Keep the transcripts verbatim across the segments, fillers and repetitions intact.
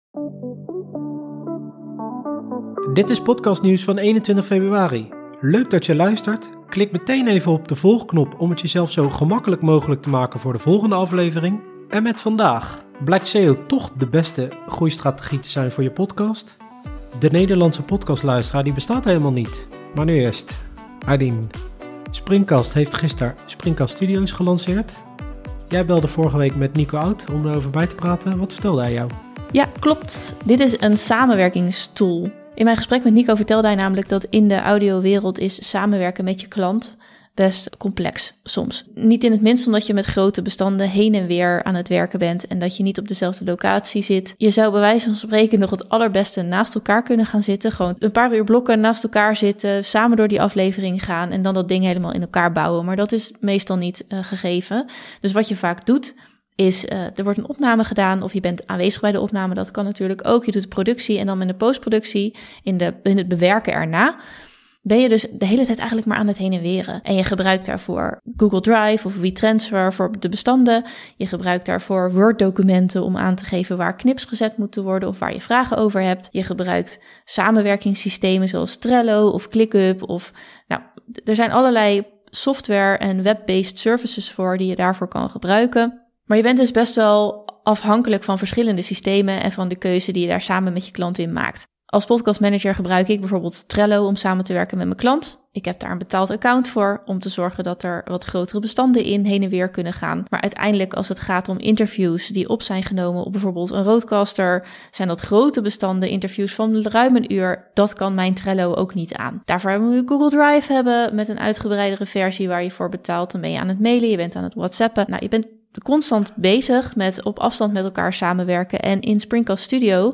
Dit is podcastnieuws van eenentwintig februari. Leuk dat je luistert. Klik meteen even op de volgknop om het jezelf zo gemakkelijk mogelijk te maken voor de volgende aflevering. En met vandaag: blijkt S E O toch de beste groeistrategie te zijn voor je podcast? De Nederlandse podcastluisteraar die bestaat helemaal niet. Maar nu eerst, Aydin. Springcast heeft gisteren Springcast Studios gelanceerd. Jij belde vorige week met Nico Oud om erover bij te praten. Wat vertelde hij jou? Ja, klopt. Dit is een samenwerkingstool. In mijn gesprek met Nico vertelde hij namelijk dat in de audiowereld is samenwerken met je klant best complex soms. Niet in het minst omdat je met grote bestanden heen en weer aan het werken bent en dat je niet op dezelfde locatie zit. Je zou bij wijze van spreken nog het allerbeste naast elkaar kunnen gaan zitten. Gewoon een paar uur blokken naast elkaar zitten, samen door die aflevering gaan en dan dat ding helemaal in elkaar bouwen. Maar dat is meestal niet uh, gegeven. Dus wat je vaak doet is, uh, er wordt een opname gedaan of je bent aanwezig bij de opname. Dat kan natuurlijk ook. Je doet de productie en dan met de postproductie, in, de, in het bewerken erna, ben je dus de hele tijd eigenlijk maar aan het heen en weren. En je gebruikt daarvoor Google Drive of WeTransfer voor de bestanden. Je gebruikt daarvoor Word-documenten om aan te geven waar knips gezet moeten worden of waar je vragen over hebt. Je gebruikt samenwerkingssystemen zoals Trello of ClickUp. Of, nou, er zijn allerlei software en web-based services voor die je daarvoor kan gebruiken. Maar je bent dus best wel afhankelijk van verschillende systemen en van de keuze die je daar samen met je klant in maakt. Als podcastmanager gebruik ik bijvoorbeeld Trello om samen te werken met mijn klant. Ik heb daar een betaald account voor om te zorgen dat er wat grotere bestanden in heen en weer kunnen gaan. Maar uiteindelijk als het gaat om interviews die op zijn genomen op bijvoorbeeld een Rodecaster, zijn dat grote bestanden, interviews van ruim een uur. Dat kan mijn Trello ook niet aan. Daarvoor hebben we Google Drive hebben met een uitgebreidere versie waar je voor betaalt. Dan ben je aan het mailen, je bent aan het WhatsAppen. Nou, je bent constant bezig met op afstand met elkaar samenwerken. En in Springcast Studio,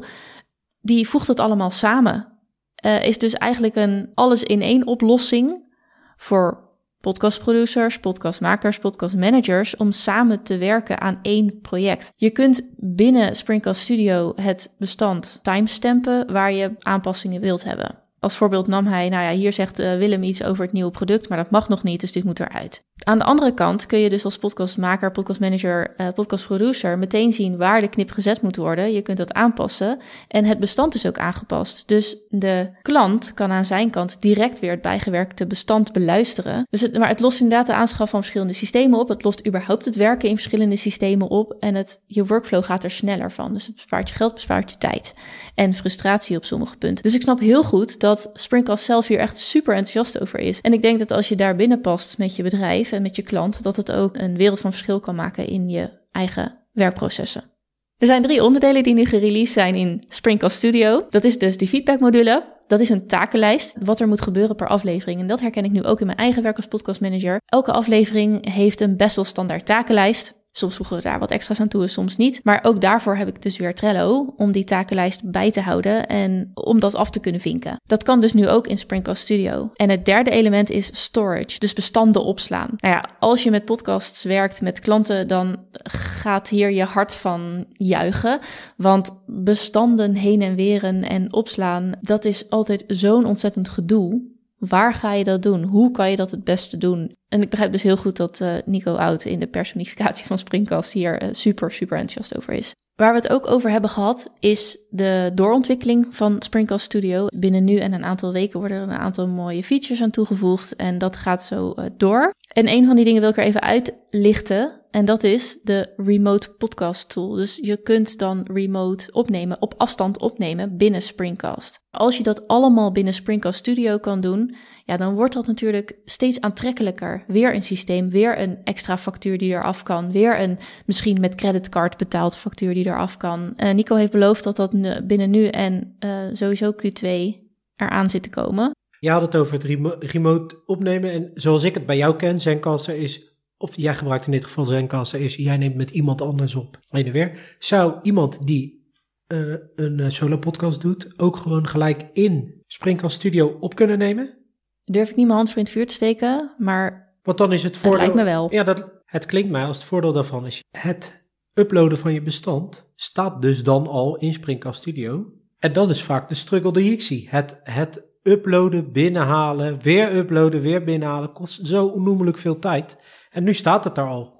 die voegt het allemaal samen. Uh, is dus eigenlijk een alles-in-één oplossing voor podcastproducers, podcastmakers, podcastmanagers om samen te werken aan één project. Je kunt binnen Springcast Studio het bestand timestampen waar je aanpassingen wilt hebben. Als voorbeeld nam hij, nou ja, hier zegt uh, Willem iets over het nieuwe product, maar dat mag nog niet, dus dit moet eruit. Aan de andere kant kun je dus als podcastmaker, podcastmanager, uh, podcastproducer meteen zien waar de knip gezet moet worden. Je kunt dat aanpassen en het bestand is ook aangepast. Dus de klant kan aan zijn kant direct weer het bijgewerkte bestand beluisteren. Dus het, maar het lost inderdaad de aanschaf van verschillende systemen op. Het lost überhaupt het werken in verschillende systemen op en het, je workflow gaat er sneller van. Dus het bespaart je geld, bespaart je tijd en frustratie op sommige punten. Dus ik snap heel goed dat Springcast zelf hier echt super enthousiast over is. En ik denk dat als je daar binnen past met je bedrijf en met je klant, dat het ook een wereld van verschil kan maken in je eigen werkprocessen. Er zijn drie onderdelen die nu gereleased zijn in Springcast Studio. Dat is dus die feedbackmodule. Dat is een takenlijst, wat er moet gebeuren per aflevering. En dat herken ik nu ook in mijn eigen werk als podcastmanager. Elke aflevering heeft een best wel standaard takenlijst. Soms voegen we daar wat extra's aan toe en soms niet. Maar ook daarvoor heb ik dus weer Trello om die takenlijst bij te houden en om dat af te kunnen vinken. Dat kan dus nu ook in Springcast Studio. En het derde element is storage, dus bestanden opslaan. Nou ja, als je met podcasts werkt met klanten, dan gaat hier je hart van juichen. Want bestanden heen en weren en opslaan, dat is altijd zo'n ontzettend gedoe. Waar ga je dat doen? Hoe kan je dat het beste doen? En ik begrijp dus heel goed dat uh, Nico Oud in de personificatie van Springcast hier uh, super, super enthousiast over is. Waar we het ook over hebben gehad, is de doorontwikkeling van Springcast Studio. Binnen nu en een aantal weken worden er een aantal mooie features aan toegevoegd en dat gaat zo uh, door. En een van die dingen wil ik er even uitlichten en dat is de remote podcast tool. Dus je kunt dan remote opnemen, op afstand opnemen binnen Springcast. Als je dat allemaal binnen Springcast Studio kan doen, ja, dan wordt dat natuurlijk steeds aantrekkelijker. Weer een systeem, weer een extra factuur die eraf kan, weer een misschien met creditcard betaald factuur die eraf kan. Uh, Nico heeft beloofd dat dat binnen nu en uh, sowieso Q twee eraan zit te komen. Je had het over het remo- remote opnemen en zoals ik het bij jou ken, Zencastr is, of jij gebruikt in dit geval Zencastr, is jij neemt met iemand anders op. Heen en weer. Zou iemand die uh, een uh, solo podcast doet ook gewoon gelijk in Springcast Studio op kunnen nemen? Durf ik niet mijn hand voor in het vuur te steken, maar Want dan is het voordeel, het lijkt me wel. Ja, dat, het klinkt mij als het voordeel daarvan is het uploaden van je bestand staat dus dan al in Springcast Studio. En dat is vaak de struggle die ik zie. Het, het uploaden, binnenhalen, weer uploaden, weer binnenhalen kost zo onnoemelijk veel tijd. En nu staat het er al.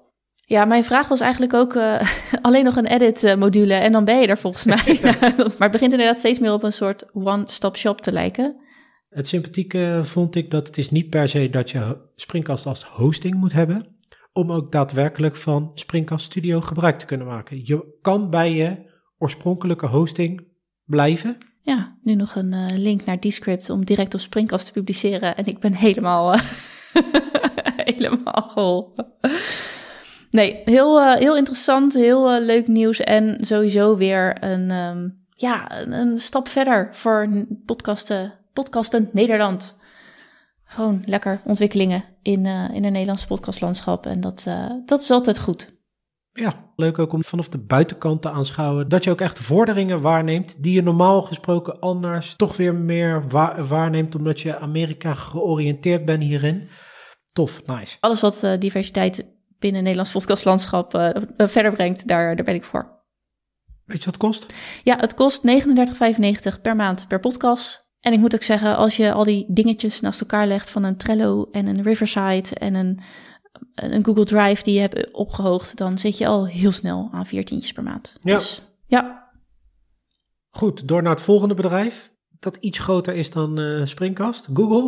Ja, mijn vraag was eigenlijk ook uh, alleen nog een edit-module en dan ben je er volgens mij. Ja. Maar het begint inderdaad steeds meer op een soort one-stop shop te lijken. Het sympathieke vond ik dat het is niet per se dat je Springcast als hosting moet hebben, om ook daadwerkelijk van Springcast Studio gebruik te kunnen maken. Je kan bij je oorspronkelijke hosting blijven. Ja, nu nog een uh, link naar Descript om direct op Springcast te publiceren. En ik ben helemaal, uh, helemaal geholpen. Nee, heel, uh, heel interessant, heel uh, leuk nieuws. En sowieso weer een, um, ja, een, een stap verder voor podcasten, podcasten Nederland. Gewoon lekker ontwikkelingen in, uh, in een Nederlands podcastlandschap. En dat, uh, dat is altijd goed. Ja, leuk ook om vanaf de buitenkant te aanschouwen. Dat je ook echt vorderingen waarneemt die je normaal gesproken anders toch weer meer wa- waarneemt. Omdat je Amerika georiënteerd bent hierin. Tof, nice. Alles wat uh, diversiteit binnen het Nederlands podcastlandschap uh, uh, verder brengt, daar, daar ben ik voor. Weet je wat het kost? Ja, het kost negenendertig vijfennegentig per maand per podcast. En ik moet ook zeggen, als je al die dingetjes naast elkaar legt van een Trello en een Riverside en een, een Google Drive die je hebt opgehoogd, dan zit je al heel snel aan vier tientjes per maand. Ja. Dus, ja. Goed, door naar het volgende bedrijf. Dat iets groter is dan uh, Springcast, Google.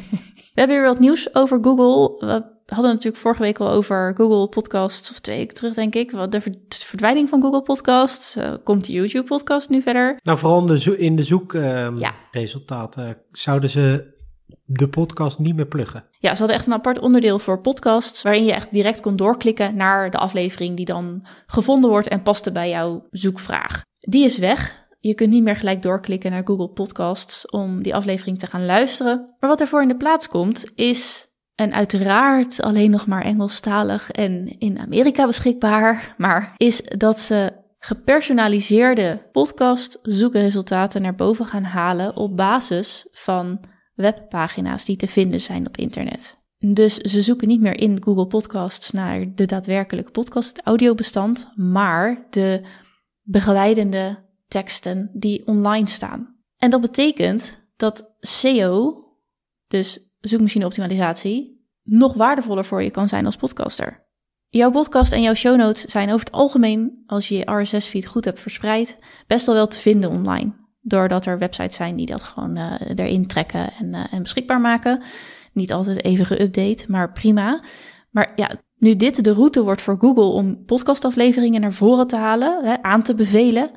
We hebben weer wat nieuws over Google. We hadden natuurlijk vorige week al over Google Podcasts, of twee weken terug denk ik. De verdwijning van Google Podcasts. Uh, komt de YouTube podcast nu verder? Nou, vooral in de, zo- in de zoekresultaten uh, ja. zouden ze de podcast niet meer pluggen. Ja, ze hadden echt een apart onderdeel voor podcasts, waarin je echt direct kon doorklikken naar de aflevering die dan gevonden wordt en paste bij jouw zoekvraag. Die is weg. Je kunt niet meer gelijk doorklikken naar Google Podcasts om die aflevering te gaan luisteren. Maar wat ervoor in de plaats komt is, en uiteraard alleen nog maar Engelstalig en in Amerika beschikbaar, maar is dat ze gepersonaliseerde podcast zoekresultaten naar boven gaan halen op basis van webpagina's die te vinden zijn op internet. Dus ze zoeken niet meer in Google Podcasts naar de daadwerkelijke podcast, het audiobestand, maar de begeleidende teksten die online staan. En dat betekent dat S E O, dus zoekmachine-optimalisatie, nog waardevoller voor je kan zijn als podcaster. Jouw podcast en jouw show notes zijn over het algemeen, als je je R S S-feed goed hebt verspreid, best wel wel te vinden online. Doordat er websites zijn die dat gewoon uh, erin trekken en, uh, en beschikbaar maken. Niet altijd even geüpdate, maar prima. Maar ja, nu dit de route wordt voor Google om podcastafleveringen naar voren te halen, hè, aan te bevelen,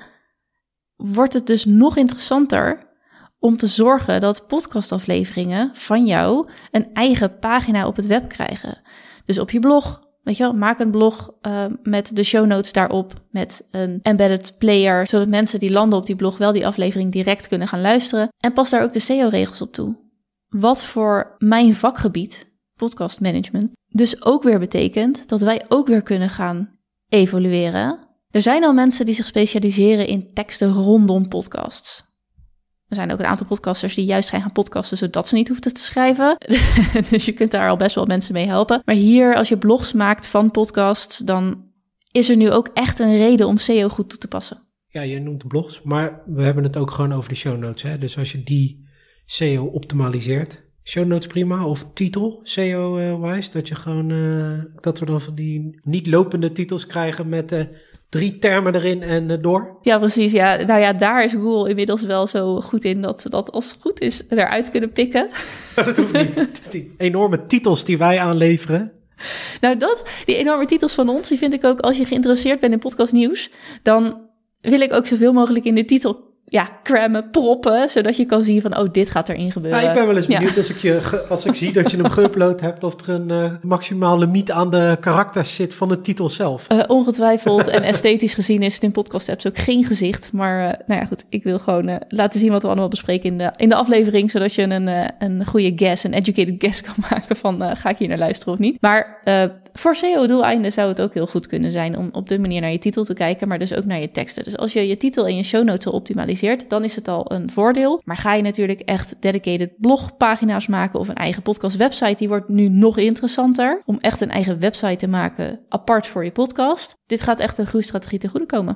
wordt het dus nog interessanter om te zorgen dat podcastafleveringen van jou een eigen pagina op het web krijgen. Dus op je blog, weet je wel, maak een blog uh, met de show notes daarop, met een embedded player, zodat mensen die landen op die blog wel die aflevering direct kunnen gaan luisteren. En pas daar ook de S E O-regels op toe. Wat voor mijn vakgebied, podcastmanagement, dus ook weer betekent dat wij ook weer kunnen gaan evalueren. Er zijn al mensen die zich specialiseren in teksten rondom podcasts. Er zijn ook een aantal podcasters die juist zijn gaan podcasten zodat ze niet hoefden te schrijven. Dus je kunt daar al best wel mensen mee helpen. Maar hier, als je blogs maakt van podcasts, dan is er nu ook echt een reden om S E O goed toe te passen. Ja, je noemt de blogs, maar we hebben het ook gewoon over de show notes. Hè? Dus als je die S E O optimaliseert, show notes prima, of titel, S E O-wise, dat je gewoon, uh, dat we dan van die niet lopende titels krijgen met uh, drie termen erin en uh, door. Ja, precies. Ja. Nou ja, daar is Google inmiddels wel zo goed in dat ze dat als het goed is eruit kunnen pikken. Dat hoeft niet. Dus die enorme titels die wij aanleveren. Nou, dat, die enorme titels van ons, die vind ik ook, als je geïnteresseerd bent in podcastnieuws, dan wil ik ook zoveel mogelijk in de titel ja, crammen, proppen, zodat je kan zien van, oh, dit gaat erin gebeuren. Ja, ik ben wel eens benieuwd ja. als, ik je, als ik zie dat je hem geüpload hebt, of er een uh, maximaal limiet aan de karakters zit van de titel zelf. Uh, ongetwijfeld en esthetisch gezien is het in podcast-apps ook geen gezicht. Maar uh, nou ja, goed, ik wil gewoon uh, laten zien wat we allemaal bespreken in de, in de aflevering, zodat je een, uh, een goede guess, een educated guess kan maken van, uh, ga ik hier naar luisteren of niet. Maar uh, voor S E O-doeleinden zou het ook heel goed kunnen zijn om op de manier naar je titel te kijken, maar dus ook naar je teksten. Dus als je je titel en je show notes al optimaliseert, dan is het al een voordeel. Maar ga je natuurlijk echt dedicated blogpagina's maken of een eigen podcast website, die wordt nu nog interessanter om echt een eigen website te maken apart voor je podcast. Dit gaat echt een groeistrategie ten goede komen.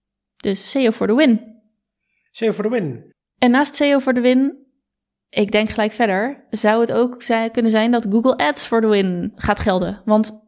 Dus S E O for the win. S E O for the win. En naast S E O for the win, ik denk gelijk verder, zou het ook zijn, kunnen zijn dat Google Ads for the win gaat gelden. Want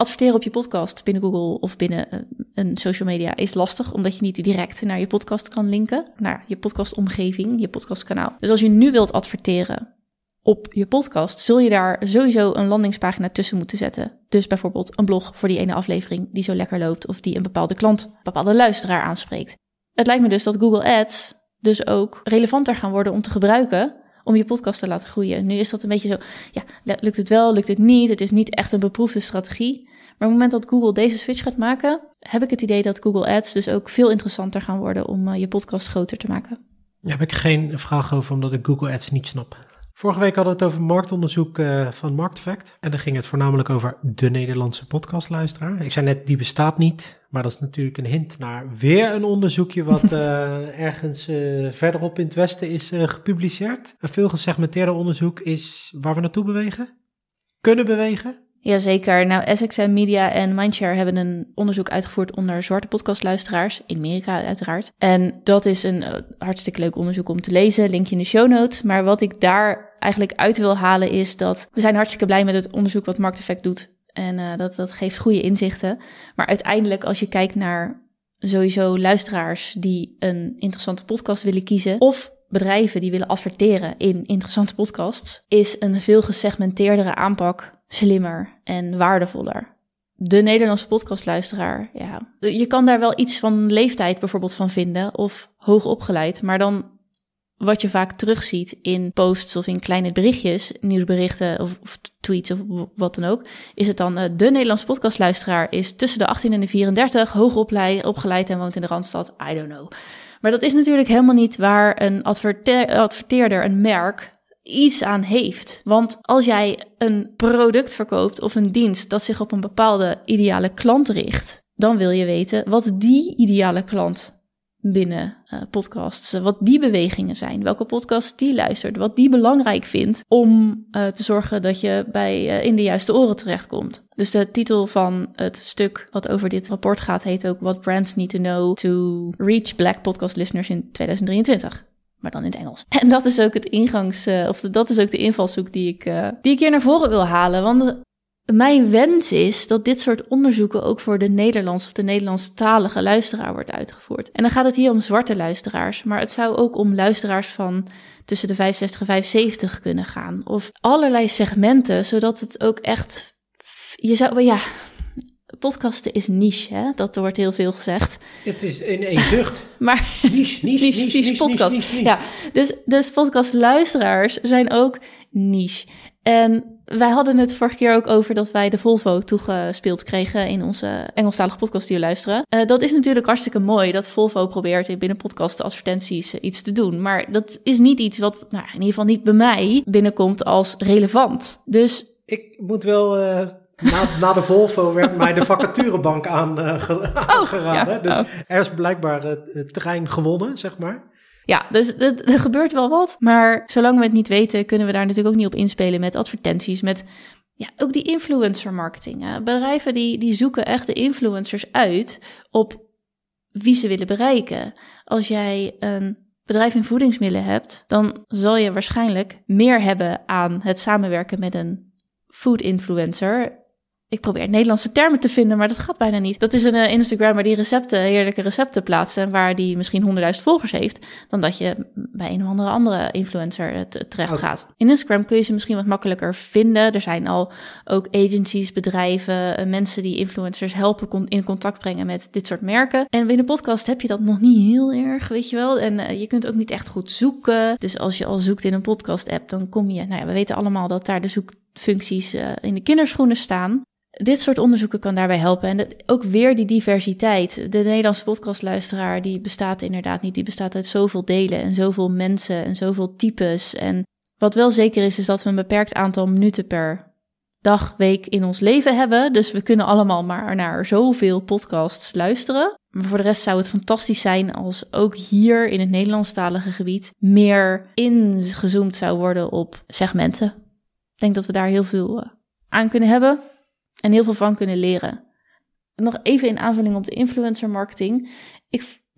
adverteren op je podcast binnen Google of binnen een social media is lastig, omdat je niet direct naar je podcast kan linken, naar je podcastomgeving, je podcastkanaal. Dus als je nu wilt adverteren op je podcast, zul je daar sowieso een landingspagina tussen moeten zetten. Dus bijvoorbeeld een blog voor die ene aflevering die zo lekker loopt of die een bepaalde klant, een bepaalde luisteraar aanspreekt. Het lijkt me dus dat Google Ads dus ook relevanter gaan worden om te gebruiken om je podcast te laten groeien. Nu is dat een beetje zo, ja, lukt het wel, lukt het niet? Het is niet echt een beproefde strategie. Maar op het moment dat Google deze switch gaat maken, heb ik het idee dat Google Ads dus ook veel interessanter gaan worden om uh, je podcast groter te maken. Daar heb ik geen vraag over, omdat ik Google Ads niet snap. Vorige week hadden we het over marktonderzoek uh, van Markteffect. En dan ging het voornamelijk over de Nederlandse podcastluisteraar. Ik zei net, die bestaat niet. Maar dat is natuurlijk een hint naar weer een onderzoekje wat uh, ergens uh, verderop in het westen is uh, gepubliceerd. Een veel gesegmenteerder onderzoek is waar we naartoe bewegen. Kunnen bewegen. Jazeker. Nou, Essex Media en Mindshare hebben een onderzoek uitgevoerd onder zwarte podcastluisteraars. In Amerika uiteraard. En dat is een uh, hartstikke leuk onderzoek om te lezen. Linkje in de show notes. Maar wat ik daar eigenlijk uit wil halen is dat we zijn hartstikke blij met het onderzoek wat Markteffect doet. En uh, dat, dat geeft goede inzichten. Maar uiteindelijk als je kijkt naar sowieso luisteraars die een interessante podcast willen kiezen, of bedrijven die willen adverteren in interessante podcasts, is een veel gesegmenteerdere aanpak slimmer en waardevoller. De Nederlandse podcastluisteraar, ja, je kan daar wel iets van leeftijd bijvoorbeeld van vinden of hoog opgeleid, maar dan wat je vaak terugziet in posts of in kleine berichtjes, nieuwsberichten of, of tweets of wat dan ook, is het dan uh, de Nederlandse podcastluisteraar is tussen de achttien en de vierendertig, hoog opleid, opgeleid en woont in de Randstad. I don't know. Maar dat is natuurlijk helemaal niet waar een adverte- adverteerder, een merk, iets aan heeft. Want als jij een product verkoopt of een dienst dat zich op een bepaalde ideale klant richt, dan wil je weten wat die ideale klant binnen uh, podcasts, wat die bewegingen zijn, welke podcast die luistert, wat die belangrijk vindt om uh, te zorgen dat je bij uh, in de juiste oren terechtkomt. Dus de titel van het stuk wat over dit rapport gaat heet ook What Brands Need to Know to Reach Black Podcast Listeners in tweeduizend drieëntwintig. Maar dan in het Engels. En dat is ook het ingangs, uh, of de, dat is ook de invalshoek die ik, uh, die ik hier naar voren wil halen. Want de, mijn wens is dat dit soort onderzoeken ook voor de Nederlands of de Nederlandstalige luisteraar wordt uitgevoerd. En dan gaat het hier om zwarte luisteraars, maar het zou ook om luisteraars van tussen de vijfenzestig en vijfenzeventig kunnen gaan. Of allerlei segmenten, zodat het ook echt, je zou, ja, podcasten is niche, hè? Dat wordt heel veel gezegd. Het is in één zucht. Maar niche, niche, niche, niche, niche, niche, podcast. niche, niche. Ja, dus, dus podcastluisteraars zijn ook niche. En wij hadden het vorige keer ook over dat wij de Volvo toegespeeld kregen in onze Engelstalige podcast die we luisteren. Uh, dat is natuurlijk hartstikke mooi dat Volvo probeert binnen podcast advertenties uh, iets te doen. Maar dat is niet iets wat, nou, in ieder geval niet bij mij binnenkomt als relevant. Dus ik moet wel, uh, na, na de Volvo werd mij de vacaturebank aan, uh, ge- aangeraden. Oh, ja. Dus oh. er is blijkbaar uh, het terrein gewonnen, zeg maar. Ja, dus er, er gebeurt wel wat. Maar zolang we het niet weten, kunnen we daar natuurlijk ook niet op inspelen met advertenties. Met ja, ook die influencer marketing. Hè. Bedrijven die, die zoeken echt de influencers uit op wie ze willen bereiken. Als jij een bedrijf in voedingsmiddelen hebt, dan zal je waarschijnlijk meer hebben aan het samenwerken met een food influencer. Ik probeer Nederlandse termen te vinden, maar dat gaat bijna niet. Dat is een uh, Instagrammer die recepten, heerlijke recepten plaatst en waar die misschien honderdduizend volgers heeft, dan dat je bij een of andere andere influencer uh, t- terecht gaat. In Instagram kun je ze misschien wat makkelijker vinden. Er zijn al ook agencies, bedrijven, uh, mensen die influencers helpen con- in contact brengen met dit soort merken. En binnen podcast heb je dat nog niet heel erg, weet je wel. En uh, je kunt ook niet echt goed zoeken. Dus als je al zoekt in een podcast-app, dan kom je, nou ja, we weten allemaal dat daar de zoekfuncties uh, in de kinderschoenen staan. Dit soort onderzoeken kan daarbij helpen. En dat, ook weer die diversiteit. De Nederlandse podcastluisteraar, die bestaat inderdaad niet. Die bestaat uit zoveel delen en zoveel mensen en zoveel types. En wat wel zeker is, is dat we een beperkt aantal minuten per dag, week in ons leven hebben. Dus we kunnen allemaal maar naar zoveel podcasts luisteren. Maar voor de rest zou het fantastisch zijn als ook hier in het Nederlandstalige gebied meer ingezoomd zou worden op segmenten. Ik denk dat we daar heel veel aan kunnen hebben. En heel veel van kunnen leren. Nog even in aanvulling op de influencer marketing. Ik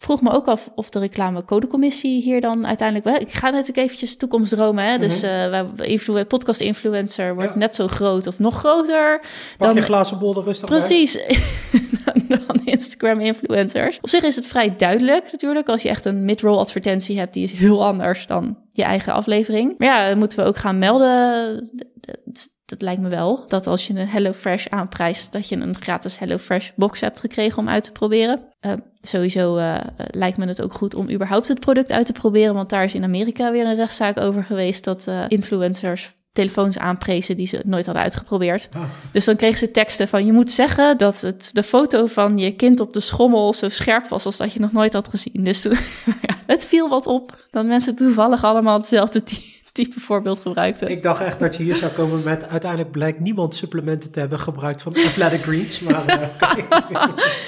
vroeg me ook af of de reclamecodecommissie hier dan uiteindelijk... Wel, ik ga natuurlijk eventjes toekomstdromen. Hè? Mm-hmm. Dus uh, influ- podcast-influencer wordt ja. net zo groot of nog groter. Pak dan, je glazen bol er rustig precies, dan, dan Instagram-influencers. Op zich is het vrij duidelijk natuurlijk. Als je echt een mid-roll advertentie hebt, die is heel anders dan je eigen aflevering. Maar ja, moeten we ook gaan melden... Dat lijkt me wel, dat als je een HelloFresh aanprijst, dat je een gratis HelloFresh box hebt gekregen om uit te proberen. Uh, sowieso uh, lijkt me het ook goed om überhaupt het product uit te proberen, want daar is in Amerika weer een rechtszaak over geweest dat uh, influencers telefoons aanprezen die ze nooit hadden uitgeprobeerd. Ah. Dus dan kregen ze teksten van, je moet zeggen dat het, de foto van je kind op de schommel zo scherp was als dat je nog nooit had gezien. Dus toen, ja, het viel wat op dat mensen toevallig allemaal hetzelfde type type voorbeeld gebruikte. Ik dacht echt dat je hier zou komen met... uiteindelijk blijkt niemand supplementen te hebben gebruikt van Athletic Greens. Maar, uh,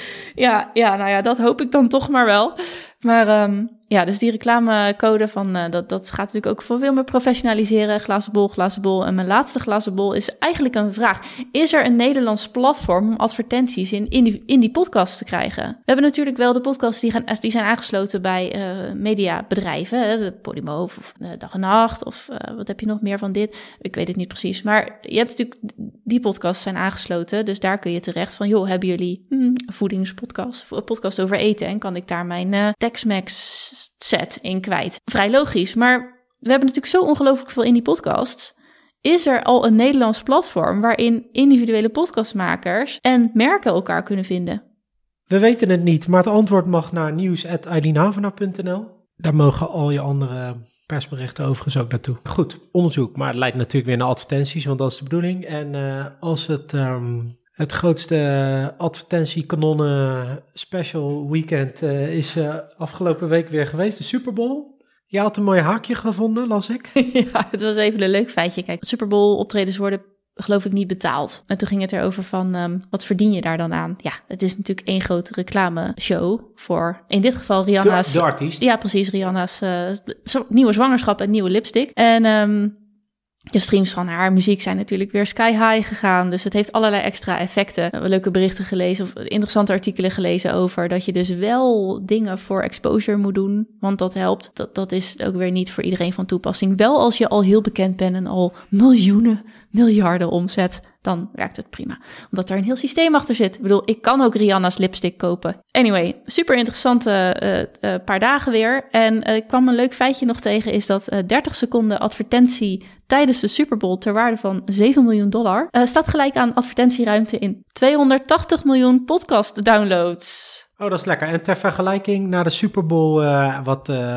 ja, ja, nou ja, dat hoop ik dan toch maar wel. Maar um, ja, dus die reclamecode van... Uh, dat, dat gaat natuurlijk ook veel meer professionaliseren. Glazen bol, glazen bol. En mijn laatste glazen bol is eigenlijk een vraag. Is er een Nederlands platform om advertenties in, in, die, in die podcast te krijgen? We hebben natuurlijk wel de podcasts die, gaan, die zijn aangesloten bij uh, mediabedrijven. Hè, de Podimo of uh, Dag en Nacht of uh, wat heb je nog meer van dit? Ik weet het niet precies. Maar je hebt natuurlijk... Die podcasts zijn aangesloten. Dus daar kun je terecht van... joh, hebben jullie hmm, een voedingspodcast? Een podcast over eten? En kan ik daar mijn uh, Tex-Mex set in kwijt? Vrij logisch. Maar we hebben natuurlijk zo ongelooflijk veel in die podcasts. Is er al een Nederlands platform waarin individuele podcastmakers en merken elkaar kunnen vinden? We weten het niet, maar het antwoord mag naar nieuws at eileen punt n l. Daar mogen al je andere persberichten overigens ook naartoe. Goed, onderzoek, maar het leidt natuurlijk weer naar advertenties, want dat is de bedoeling. En uh, als het... Um Het grootste advertentiekanonnen special weekend uh, is uh, afgelopen week weer geweest, de Super Bowl. Je had een mooi haakje gevonden, las ik. Ja, het was even een leuk feitje. Kijk, Super Bowl optredens worden geloof ik niet betaald. En toen ging het erover van, um, wat verdien je daar dan aan? Ja, het is natuurlijk één grote reclameshow voor, in dit geval Rihanna's... De, de artiest. Ja, precies, Rihanna's uh, nieuwe zwangerschap en nieuwe lipstick. En... Um, De streams van haar muziek zijn natuurlijk weer sky high gegaan. Dus het heeft allerlei extra effecten. We hebben leuke berichten gelezen of interessante artikelen gelezen over dat je dus wel dingen voor exposure moet doen. Want dat helpt. Dat, dat is ook weer niet voor iedereen van toepassing. Wel als je al heel bekend bent en al miljoenen, miljarden omzet, dan werkt het prima. Omdat er een heel systeem achter zit. Ik bedoel, ik kan ook Rihanna's lipstick kopen. Anyway, super interessante uh, uh, paar dagen weer. En uh, ik kwam een leuk feitje nog tegen, is dat uh, dertig seconden advertentie tijdens de Super Bowl ter waarde van zeven miljoen dollar... Uh, staat gelijk aan advertentieruimte in tweehonderdtachtig miljoen podcast downloads. Oh, dat is lekker. En ter vergelijking naar de Super Bowl, uh, wat uh,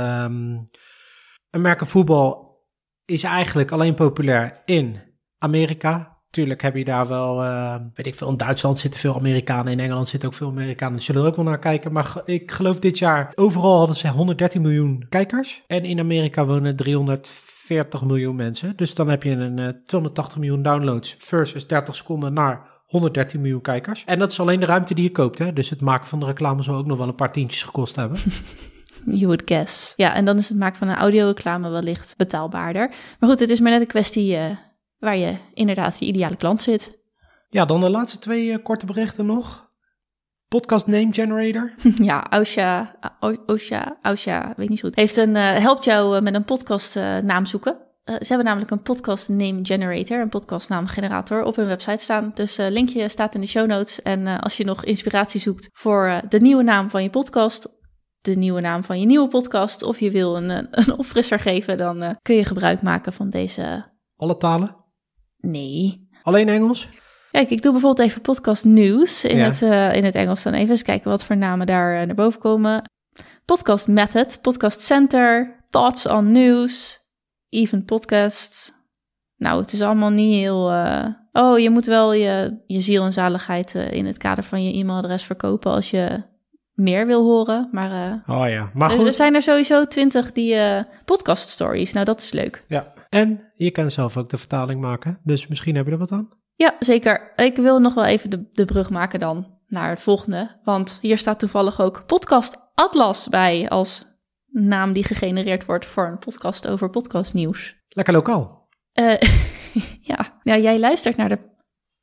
American voetbal is eigenlijk alleen populair in Amerika. Tuurlijk heb je daar wel, uh, weet ik veel, in Duitsland zitten veel Amerikanen, in Engeland zitten ook veel Amerikanen, dus zullen er ook wel naar kijken. Maar ge- ik geloof dit jaar, overal hadden ze honderddertien miljoen kijkers en in Amerika wonen driehonderdveertig miljoen mensen. Dus dan heb je een uh, tweehonderdtachtig miljoen downloads versus dertig seconden naar honderddertien miljoen kijkers. En dat is alleen de ruimte die je koopt, hè? Dus het maken van de reclame zal ook nog wel een paar tientjes gekost hebben. You would guess. Ja, en dan is het maken van een audioreclame wellicht betaalbaarder. Maar goed, het is maar net een kwestie uh, waar je inderdaad je ideale klant zit. Ja, dan de laatste twee uh, korte berichten nog. Podcast Name Generator. Ja, Ausha, Ausha, Ausha, weet niet zo goed. Heeft een, uh, helpt jou uh, met een podcast uh, naam zoeken. Uh, ze hebben namelijk een podcast name generator, een podcastnaamgenerator op hun website staan. Dus uh, linkje staat in de show notes. En uh, als je nog inspiratie zoekt voor uh, de nieuwe naam van je podcast, de nieuwe naam van je nieuwe podcast, of je wil een, een opfrisser geven, dan uh, kun je gebruik maken van deze. Alle talen? Nee. Alleen Engels? Kijk, ik doe bijvoorbeeld even podcast nieuws in, ja. het, uh, in het Engels. Dan even eens kijken wat voor namen daar uh, naar boven komen. Podcast Method, Podcast Center, Thoughts on News, Even Podcast. Nou, het is allemaal niet heel... Uh... Oh, je moet wel je, je ziel en zaligheid uh, in het kader van je e-mailadres verkopen als je meer wil horen. Maar, uh... oh ja, maar goed. Er, er zijn er sowieso twintig die uh, podcast stories. Nou, dat is leuk. Ja, en je kan zelf ook de vertaling maken. Dus misschien heb je er wat aan. Ja, zeker. Ik wil nog wel even de, de brug maken dan naar het volgende. Want hier staat toevallig ook Podcast Atlas bij als naam die gegenereerd wordt voor een podcast over podcastnieuws. Lekker lokaal. Uh, ja. ja, jij luistert naar de pod-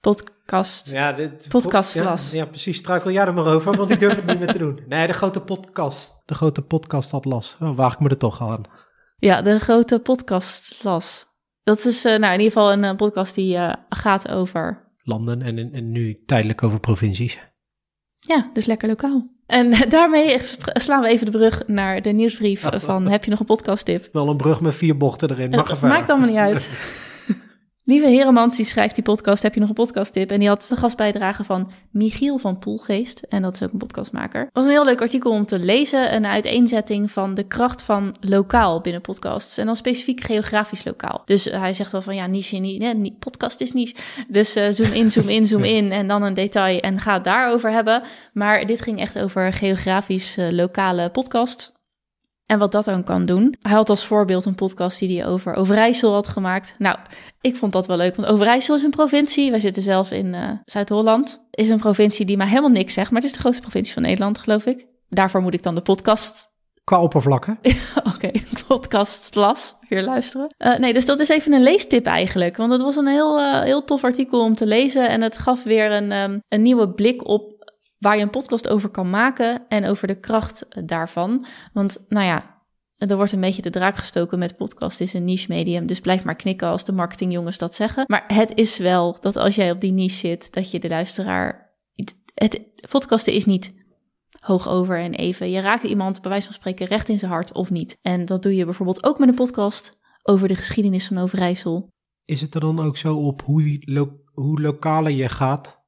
Podcast. Ja, dit, Podcastlas. Ja, ja, precies. Struikel jij er maar over, want ik durf het niet meer te doen. Nee, de grote podcast. De grote podcastatlas. Oh, waag ik me er toch aan. Ja, de grote podcastlas. Dat is uh, nou, in ieder geval een uh, podcast die uh, gaat over... landen en, en nu tijdelijk over provincies. Ja, dus lekker lokaal. En daarmee slaan we even de brug naar de nieuwsbrief van heb je nog een podcasttip? Wel een brug met vier bochten erin. Mag Het maakt allemaal niet uit. Lieve Heremans, die schrijft die podcast, heb je nog een podcasttip? En die had de gastbijdrage van Michiel van Poelgeest. En dat is ook een podcastmaker. Het was een heel leuk artikel om te lezen. Een uiteenzetting van de kracht van lokaal binnen podcasts. En dan specifiek geografisch lokaal. Dus uh, hij zegt wel van ja, niche, niet, nee, podcast is niche. Dus uh, zoom in, zoom in, zoom in. En dan een detail en ga het daarover hebben. Maar dit ging echt over geografisch uh, lokale podcast. En wat dat dan kan doen. Hij had als voorbeeld een podcast die hij over Overijssel had gemaakt. Nou, ik vond dat wel leuk, want Overijssel is een provincie. Wij zitten zelf in uh, Zuid-Holland. Is een provincie die mij helemaal niks zegt, maar het is de grootste provincie van Nederland, geloof ik. Daarvoor moet ik dan de podcast... Qua oppervlakken. Oké, okay, podcast las, weer luisteren. Uh, nee, dus dat is even een leestip eigenlijk. Want het was een heel, uh, heel tof artikel om te lezen. En het gaf weer een, um, een nieuwe blik op waar je een podcast over kan maken en over de kracht daarvan. Want nou ja, er wordt een beetje de draak gestoken met podcast is een niche medium, dus blijf maar knikken als de marketingjongens dat zeggen. Maar het is wel dat als jij op die niche zit, dat je de luisteraar... Het, het, podcasten is niet hoog over en even. Je raakt iemand bij wijze van spreken recht in zijn hart of niet. En dat doe je bijvoorbeeld ook met een podcast over de geschiedenis van Overijssel. Is het er dan ook zo op hoe, lo- hoe lokaler je gaat,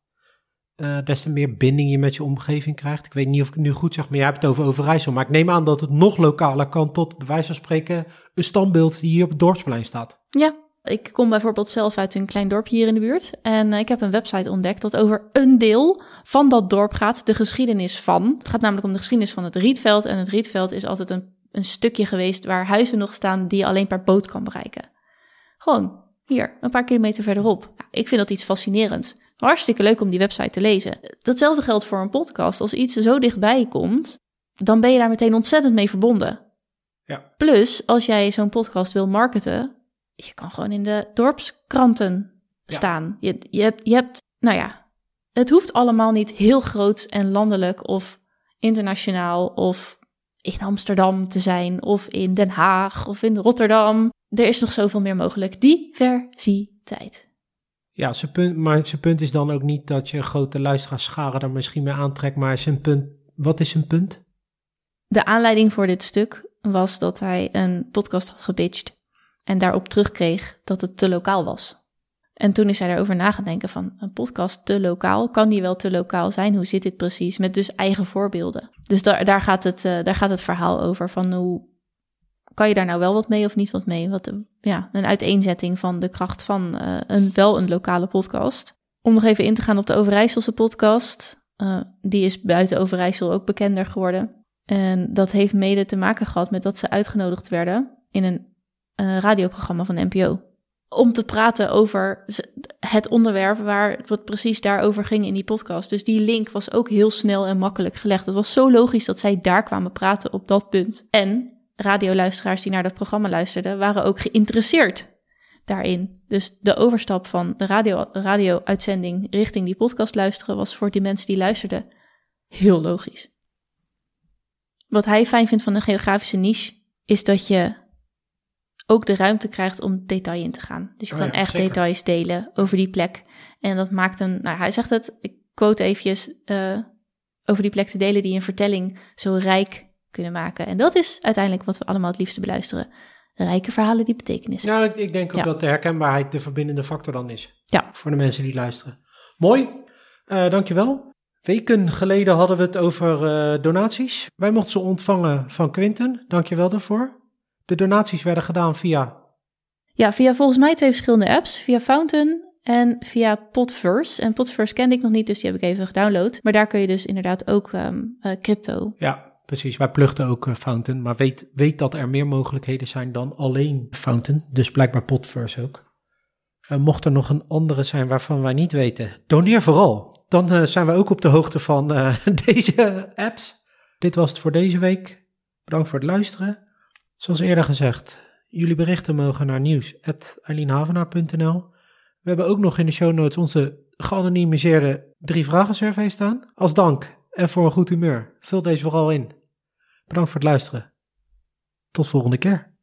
Uh, des te meer binding je met je omgeving krijgt? Ik weet niet of ik het nu goed zeg, maar jij hebt het over Overijssel. Maar ik neem aan dat het nog lokaler kan tot, bij wijze van spreken, een standbeeld die hier op het dorpsplein staat. Ja, ik kom bijvoorbeeld zelf uit een klein dorpje hier in de buurt. En uh, ik heb een website ontdekt dat over een deel van dat dorp gaat, de geschiedenis van. Het gaat namelijk om de geschiedenis van het Rietveld. En het Rietveld is altijd een, een stukje geweest waar huizen nog staan die je alleen per boot kan bereiken. Gewoon hier, een paar kilometer verderop. Nou, ik vind dat iets fascinerends. Hartstikke leuk om die website te lezen. Datzelfde geldt voor een podcast. Als iets zo dichtbij komt, dan ben je daar meteen ontzettend mee verbonden. Ja. Plus, als jij zo'n podcast wil marketen, je kan gewoon in de dorpskranten staan. Ja. Je, je, hebt, je hebt, nou ja, het hoeft allemaal niet heel groot en landelijk of internationaal of in Amsterdam te zijn of in Den Haag of in Rotterdam. Er is nog zoveel meer mogelijk. Diversiteit. Ja, zijn punt, maar zijn punt is dan ook niet dat je een grote luisteraarschare er misschien mee aantrekt, maar zijn punt, wat is zijn punt? De aanleiding voor dit stuk was dat hij een podcast had gepitcht en daarop terugkreeg dat het te lokaal was. En toen is hij daarover na gaan denken van, een podcast te lokaal, kan die wel te lokaal zijn? Hoe zit dit precies? Met dus eigen voorbeelden. Dus daar, daar, gaat, het, uh, daar gaat het verhaal over van hoe kan je daar nou wel wat mee of niet wat mee? Wat, ja, een uiteenzetting van de kracht van uh, een, wel een lokale podcast. Om nog even in te gaan op de Overijsselse podcast. Uh, die is buiten Overijssel ook bekender geworden. En dat heeft mede te maken gehad met dat ze uitgenodigd werden in een uh, radioprogramma van de N P O. Om te praten over het onderwerp waar wat precies daarover ging in die podcast. Dus die link was ook heel snel en makkelijk gelegd. Het was zo logisch dat zij daar kwamen praten op dat punt. En radioluisteraars die naar dat programma luisterden, waren ook geïnteresseerd daarin. Dus de overstap van de radio, radio-uitzending richting die podcast luisteren was voor die mensen die luisterden heel logisch. Wat hij fijn vindt van een geografische niche is dat je ook de ruimte krijgt om detail in te gaan. Dus je oh kan ja, echt zeker. details delen over die plek. En dat maakt een, nou hij zegt het, ik quote eventjes, uh, over die plek te delen die een vertelling zo rijk kunnen maken. En dat is uiteindelijk wat we allemaal het liefste beluisteren. Rijke verhalen die betekenis hebben. Nou, ik, ik denk ook Ja. dat de herkenbaarheid de verbindende factor dan is. Ja. Voor de mensen die luisteren. Mooi, uh, dankjewel. Weken geleden hadden we het over uh, donaties. Wij mochten ze ontvangen van Quinten. Dankjewel daarvoor. De donaties werden gedaan via... Ja, via volgens mij twee verschillende apps. Via Fountain en via Podverse. En Podverse kende ik nog niet, dus die heb ik even gedownload. Maar daar kun je dus inderdaad ook um, uh, crypto. Ja, precies. Wij plugden ook uh, Fountain. Maar weet, weet dat er meer mogelijkheden zijn dan alleen Fountain. Dus blijkbaar Podverse ook. Uh, mocht er nog een andere zijn waarvan wij niet weten, doneer vooral. Dan uh, zijn we ook op de hoogte van uh, deze apps. Dit was het voor deze week. Bedankt voor het luisteren. Zoals eerder gezegd, jullie berichten mogen naar nieuws at eileenhavenaar punt n l. We hebben ook nog in de show notes onze geanonimiseerde drie vragen survey staan. Als dank en voor een goed humeur, vul deze vooral in. Bedankt voor het luisteren. Tot volgende keer.